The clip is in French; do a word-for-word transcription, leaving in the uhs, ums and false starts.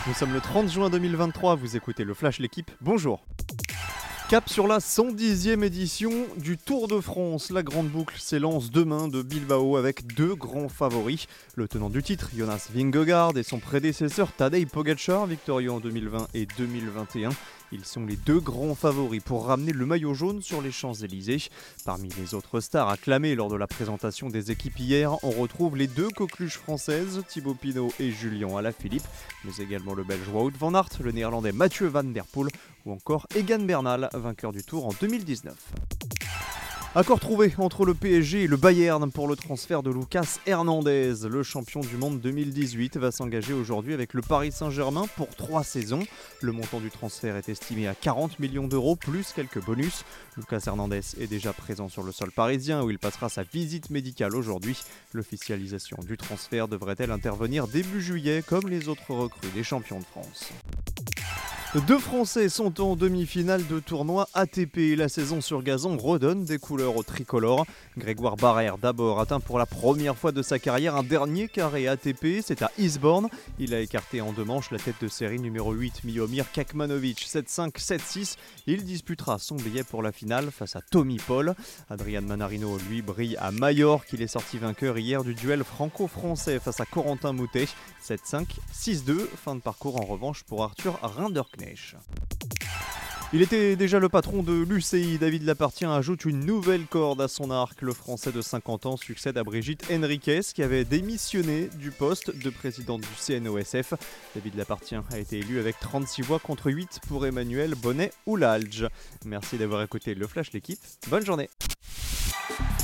Nous sommes le trente juin deux mille vingt-trois, vous écoutez le Flash L'équipe, bonjour. Cap sur la cent dixième édition du Tour de France. La grande boucle s'élance demain de Bilbao avec deux grands favoris. Le tenant du titre, Jonas Vingegaard, et son prédécesseur Tadej Pogačar, victorieux en deux mille vingt et deux mille vingt et un. Ils sont les deux grands favoris pour ramener le maillot jaune sur les Champs-Élysées. Parmi les autres stars acclamées lors de la présentation des équipes hier, on retrouve les deux coqueluches françaises, Thibaut Pinot et Julian Alaphilippe, mais également le Belge Wout van Aert, le Néerlandais Mathieu van der Poel ou encore Egan Bernal, vainqueur du Tour en deux mille dix-neuf. Accord trouvé entre le P S G et le Bayern pour le transfert de Lucas Hernandez. Le champion du monde deux mille dix-huit va s'engager aujourd'hui avec le Paris Saint-Germain pour trois saisons. Le montant du transfert est estimé à quarante millions d'euros plus quelques bonus. Lucas Hernandez est déjà présent sur le sol parisien où il passera sa visite médicale aujourd'hui. L'officialisation du transfert devrait-elle intervenir début juillet comme les autres recrues des champions de France. Deux Français sont en demi-finale de tournoi A T P. La saison sur gazon redonne des couleurs au tricolore. Grégoire Barrère d'abord atteint pour la première fois de sa carrière un dernier carré A T P, c'est à Eastbourne. Il a écarté en deux manches la tête de série numéro huit Miomir Kakmanovic sept cinq sept six. Il disputera son billet pour la finale face à Tommy Paul. Adrian Manarino lui brille à Majorque. Il est sorti vainqueur hier du duel franco-français face à Corentin Moutet sept cinq six deux. Fin de parcours en revanche pour Arthur Rinderknecht. Il était déjà le patron de l'U C I. David Lappartient ajoute une nouvelle corde à son arc. Le Français de cinquante ans succède à Brigitte Henriquez qui avait démissionné du poste de présidente du C N O S F. David Lappartient a été élu avec trente-six voix contre huit pour Emmanuel Bonnet-Oulalge. Merci d'avoir écouté le Flash L'équipe. Bonne journée.